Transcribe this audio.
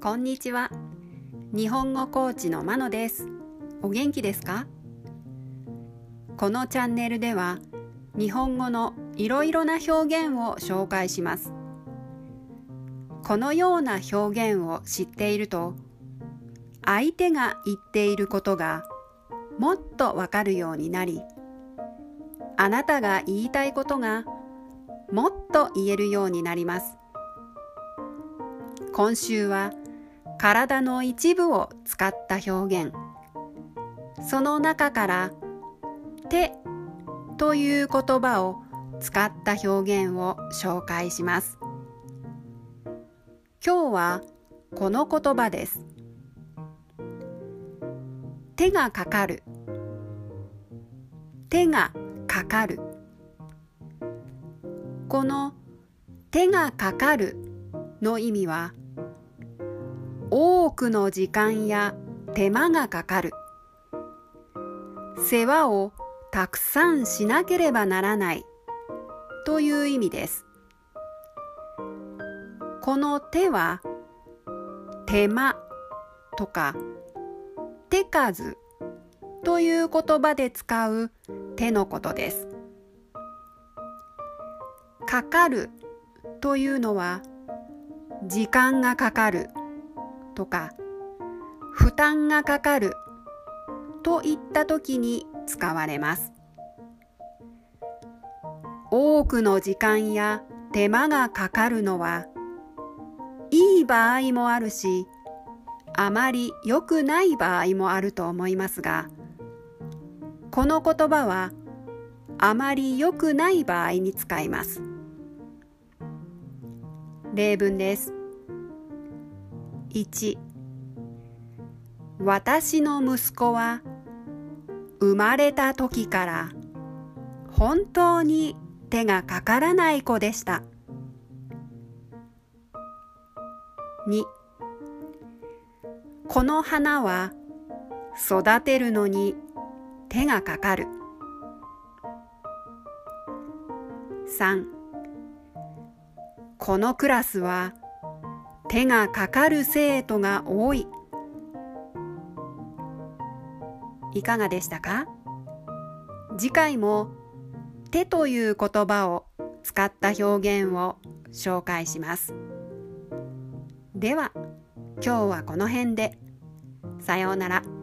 こんにちは。日本語コーチのまのです。お元気ですか？このチャンネルでは日本語のいろいろな表現を紹介します。このような表現を知っていると、相手が言っていることがもっとわかるようになり、あなたが言いたいことがもっと言えるようになります。今週は体の一部を使った表現、その中から手という言葉を使った表現を紹介します。今日はこの言葉です。手がかかる、手がかかる。この手がかかるの意味は、多くの時間や手間がかかる。世話をたくさんしなければならないという意味です。この手は手間とか手数という言葉で使う手のことです。かかるというのは時間がかかるとか負担がかかるといった時に使われます。多くの時間や手間がかかるのはいい場合もあるし、あまり良くない場合もあると思いますが、この言葉はあまり良くない場合に使います。例文です。1、私の息子は生まれた時から本当に手がかからない子でした。2、この花は育てるのに手がかかる。3、このクラスは手がかかる生徒が多い。いかがでしたか？次回も手という言葉を使った表現を紹介します。では、今日はこの辺で。さようなら。